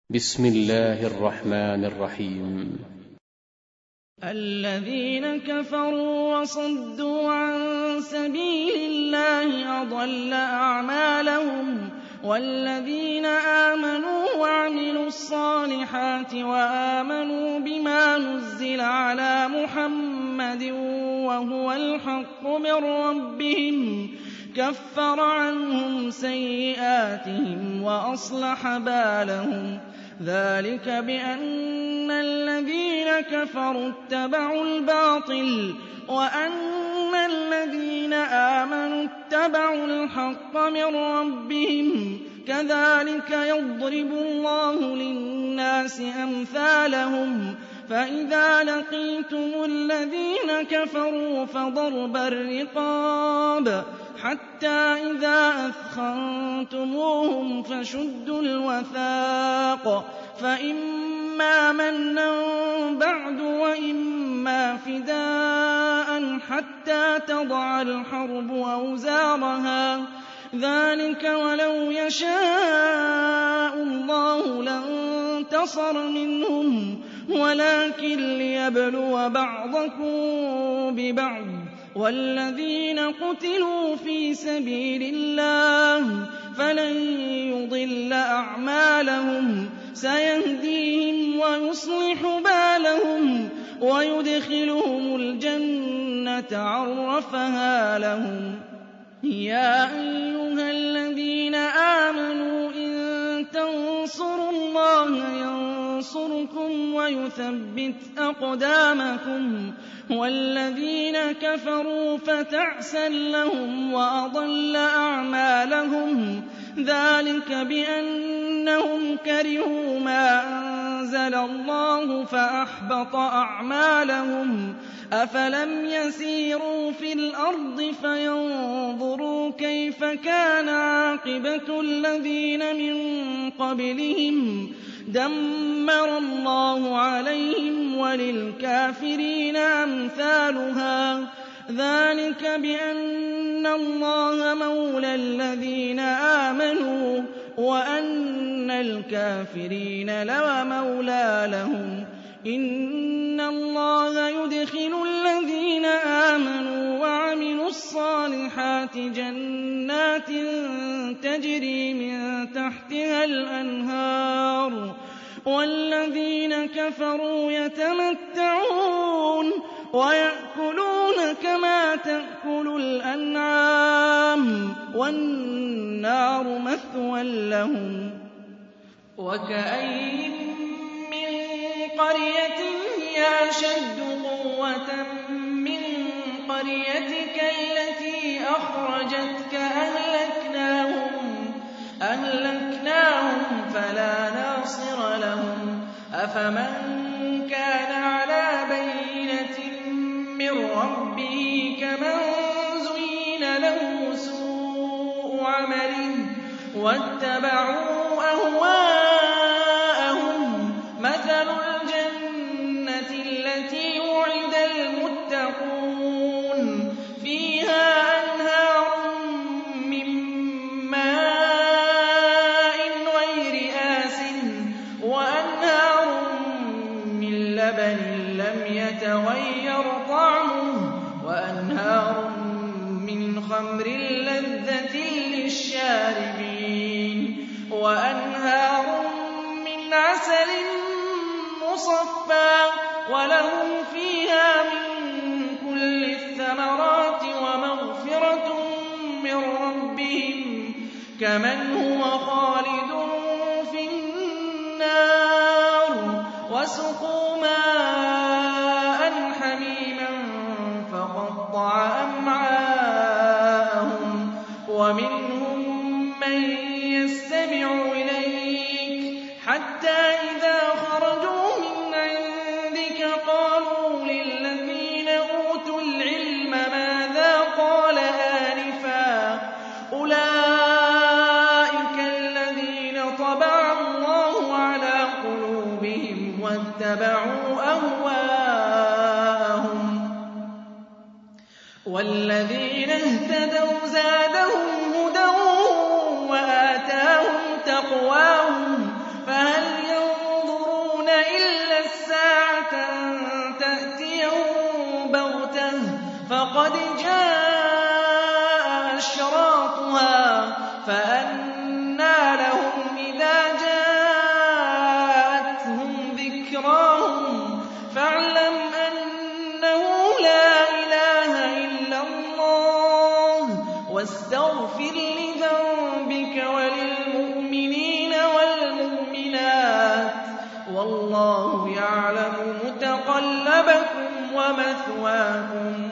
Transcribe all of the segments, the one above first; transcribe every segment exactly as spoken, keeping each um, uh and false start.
بسم الله الرحمن الرحيم. الذين كفروا وصدوا عن سبيل الله أضل أعمالهم والذين آمنوا وعملوا الصالحات وآمنوا بما نزل على محمد وهو الحق من ربهم كفر عنهم سيئاتهم وأصلح بالهم ذلك بأن الذين كفروا اتبعوا الباطل وأن الذين آمنوا اتبعوا الحق من ربهم كذلك يضرب الله للناس أمثالهم فإذا لقيتم الذين كفروا فضرب الرقاب حتى إذا أثخنتموهم فشدوا الوثاق فإما منا بعد وإما فداء حتى تضع الحرب أوزارها ذلك ولو يشاء الله لانتصر منهم ولكن ليبلو بعضكم ببعض والذين قتلوا في سبيل الله فلن يضل أعمالهم سيهديهم ويصلح بالهم ويدخلهم الجنة عرفها لهم يا أيها الذين آمنوا إن تنصروا الله ينصركم ويثبت أقدامكم والذين كفروا فتعسا لهم وأضل أعمالهم ذلك بأنهم كرهوا ما أنزل الله فأحبط أعمالهم أفلم يسيروا في الأرض فينظروا كيف كان عاقبة الذين من قبلهم دمر الله عليهم وللكافرين أمثالها ذلك بأن الله مولى الذين آمنوا وأن الكافرين لا مولى لهم إن الله يدخل الذين آمنوا وعملوا الصالحات جنات تجري من تحتها الأنهار والذين كفروا يتمتعون ويأكلون كما تأكل الأنعام والنار مثوى لهم وكأين من قرية هي أشد قوة من قريتك التي أخرجتك أهلكناهم أهلكناهم فلا ناصر لهم أفمن كان على بينة من ربه كمن زين له سوء عمله واتبعوا أهواءهم مثل الجنة التي وعد المتقون فيها أنهار من ماء غير آسن وأنهار من لبن لم يتغير طعمه وأنهار من خمر لذة للشاربين وأنهار من عسل مصفى ولهم فيها من كل الثمرات ومغفرة من ربهم كمن هو خالد في النار وسقوا ماء حميما فقطع أمعاءهم ومنهم من يستمع إليك حتى إذا خرجوا من عندك قالوا للذين أوتوا العلم ماذا قال آنفا أولئك الذين طبع الله على قلوبهم واتبعوا أهواءهم والذين اهتدوا زادهم هدى وآتاهم تقواهم فهل وَاللَّهُ يَعْلَمُ مُتَقَلَّبَكُمْ وَمَثْوَاكُمْ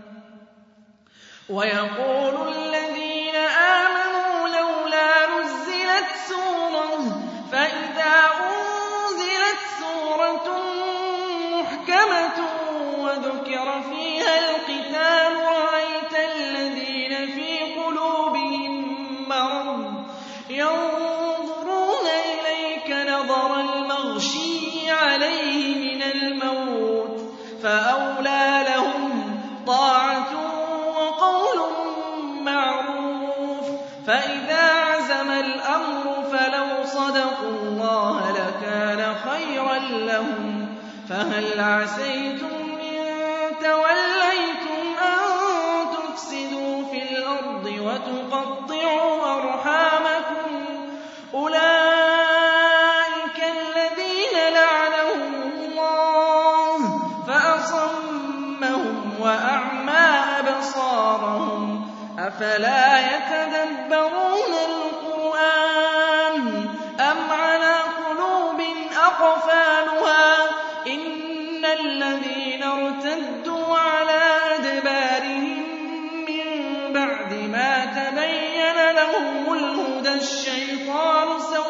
وَيَقُولُ الَّذِينَ آمَنُوا لَوْلَا نُزِّلَتْ سُورَةٌ فَإِذَا أُنزِلَتْ سُورَةٌ مُحْكَمَةٌ وَذُكِرَ فِيهَا الْقِتَالُ رَأَيْتَ الَّذِينَ فِي قُلُوبِهِم مَّرَضٌ يَنظُرُونَ إِلَيْكَ نَظَرَ الْمَغْشِيِّ عَلَيْهِ مِنَ الْمَوْتِ فَأَوْلَىٰ لَهُمْ طَاعَةٌ وَقَوْلٌ مَّعْرُوفٌ فَإِذَا عَزَمَ الْأَمْرُ فَلَوْ صَدَقُوا اللَّهَ لَكَانَ خَيْرًا لَّهُمْ فَهَلْ عَسَيْتُمْ إِن تَوَلَّيْتُمْ أَن تُفْسِدُوا فِي الْأَرْضِ وَتُقَطِّعُوا أَرْحَامَكُمْ أُولَٰئِكَ الَّذِينَ لَعَنَهُمُ اللَّهُ فَأَصَمَّهُمْ وَأَعْمَىٰ أَبْصَارَهُمْ أَفَلَا يَتَدَبَّرُونَ الْقُرْآنَ أَمْ عَلَىٰ قُلُوبٍ أَقْفَالُهَا إِنَّ الَّذِينَ ارْتَدُّوا عَلَىٰ أَدْبَارِهِم مِّن بَعْدِ مَا تَبَيَّنَ لَهُمُ الْهُدَى الشَّيْطَانُ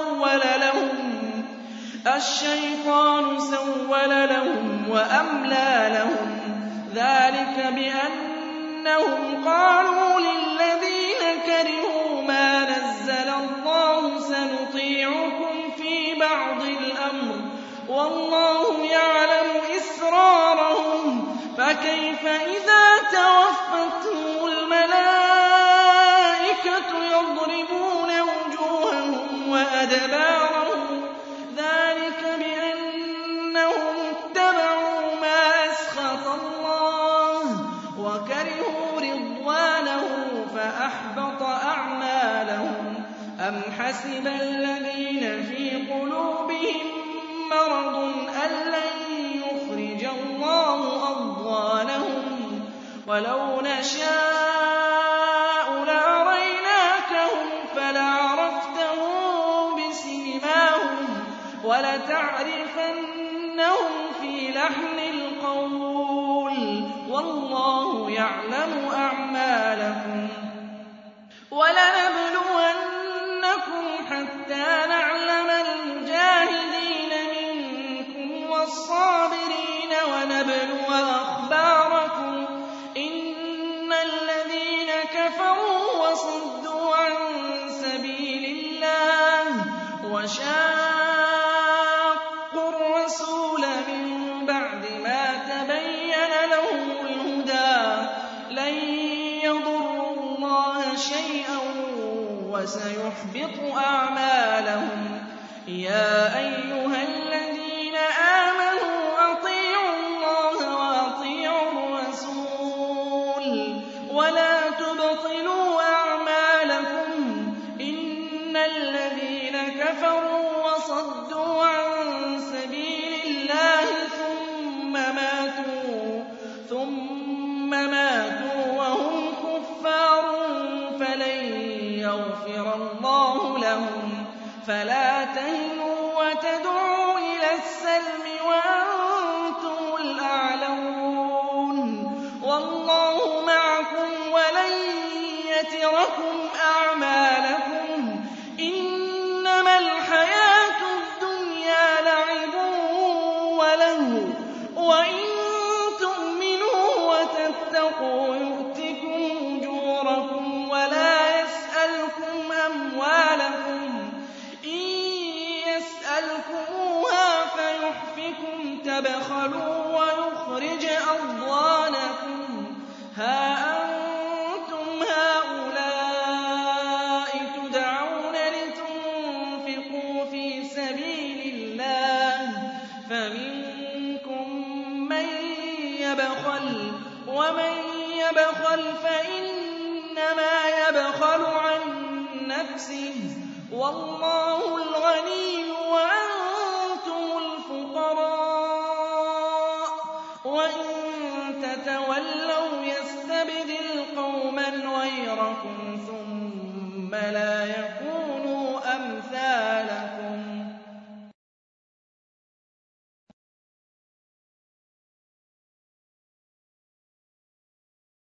سَوَّلَ لَهُمْ وَأَمْلَىٰ لَهُمْ ذَٰلِكَ بِأَنَّهُمْ قَالُوا لِلَّذِينَ كَرِهُوا مَا نَزَّلَ اللَّهُ سَنُطِيعُكُمْ فِي بَعْضِ الْأَمْرِ وَاللَّهُ يَعْلَمُ إِسْرَارَهُمْ فَكَيْفَ إِذَا تَوَفَّتْهُمُ الْمَلَائِكَةُ يَضْرِبُونَ وُجُوهَهُمْ وَأَدْبَارَهُمْ ذَٰلِكَ بِأَنَّهُمُ اتَّبَعُوا مَا أَسْخَطَ اللَّهَ وَكَرِهُوا رِضْوَانَهُ فَأَحْبَطَ أَعْمَالَهُمْ أَمْ حَسِبَ الَّذِينَ فِي قُلُوبِهِم مَّرَضٌ أَن لَّن يُخْرِجَ اللَّهُ أَضْغَانَهُمْ وَلَوْ نَشَاءُ لَأَرَيْنَاكَهُمْ فَلَعَرَفْتَهُم بِسِيمَاهُمْ وَلَتَعْرِفَنَّهُمْ فِي لَحْنِ الْقَوْلِ وَاللَّهُ يَعْلَمُ أَعْمَالَكُمْ وَلَنَبْلُوَنَّكُمْ حَتَّىٰ نَعْلَمَ الْمُجَاهِدِينَ مِنكُمْ وَالصَّابِرِينَ وَنَبْلُوَ أَخْبَارَكُمْ إِنَّ الَّذِينَ كَفَرُوا وَصُدُّوا عَن سَبِيلِ اللَّهِ وَشَاقُّوا الرَّسُولَ مِن بَعْدِ مَا تَبَيَّنَ لَهُمُ الْهُدَىٰ لَن يَضُرُّوا اللَّهَ شَيْئًا وَسَيُحْبِطُ أَعْمَالَهُمْ يَا أَيُّهَا الَّذِينَ آمَنُوا أَطِيعُوا اللَّهَ وَأَطِيعُوا الرَّسُولَ وَلَا تُبْطِلُوا أَعْمَالَكُمْ إِنَّ الَّذِينَ كَفَرُوا وَصَدُّوا عَن سَبِيلِ اللَّهِ ثُمَّ مَاتُوا ثُمَّ مَاتُوا وَهُمْ كُفَّارٌ فَلَن يَغْفِرَ اللَّهُ لَهُمْ فَلَا تَهِنُوا وَتَدْعُوا إِلَى السَّلْمِ وَأَنتُمُ الْأَعْلَوُونَ وَاللَّهُ مَعَكُمْ وَلَن يَتِرَكُمْ أَعْمَالَكُمْ إِنَّمَا الْحَيَاةُ الدُّنْيَا لَعِبٌ وَلَهْوٌ وَإِن تُؤْمِنُوا وَتَتَّقُوا يُؤْتِكُمْ أُجُورَكُمْ وَلَا يَسْأَلْكُمْ أَمْوَالَكُمْ إِن يَسْأَلْكُمُوهَا فَيُحْفِكُمْ تَبْخَلُوا وَيُخْرِجْ أَضْغَانَكُمْ هَا أَنتُمْ هَٰؤُلَاءِ تُدْعَوْنَ لِتُنفِقُوا فِي سَبِيلِ اللَّهِ فَمِنكُم مَّن يَبْخَلُ وَمَن يَبْخَلْ فَإِنَّمَا يَبْخَلُ عَن نَّفْسِهِ وَاللَّهُ الْغَنِيُّ وَأَنتُمُ الْفُقَرَاءُ وَإِن تَتَوَلَّوْا يَسْتَبْدِلْ قَوْمًا غَيْرَكُمْ ثُمَّ لَا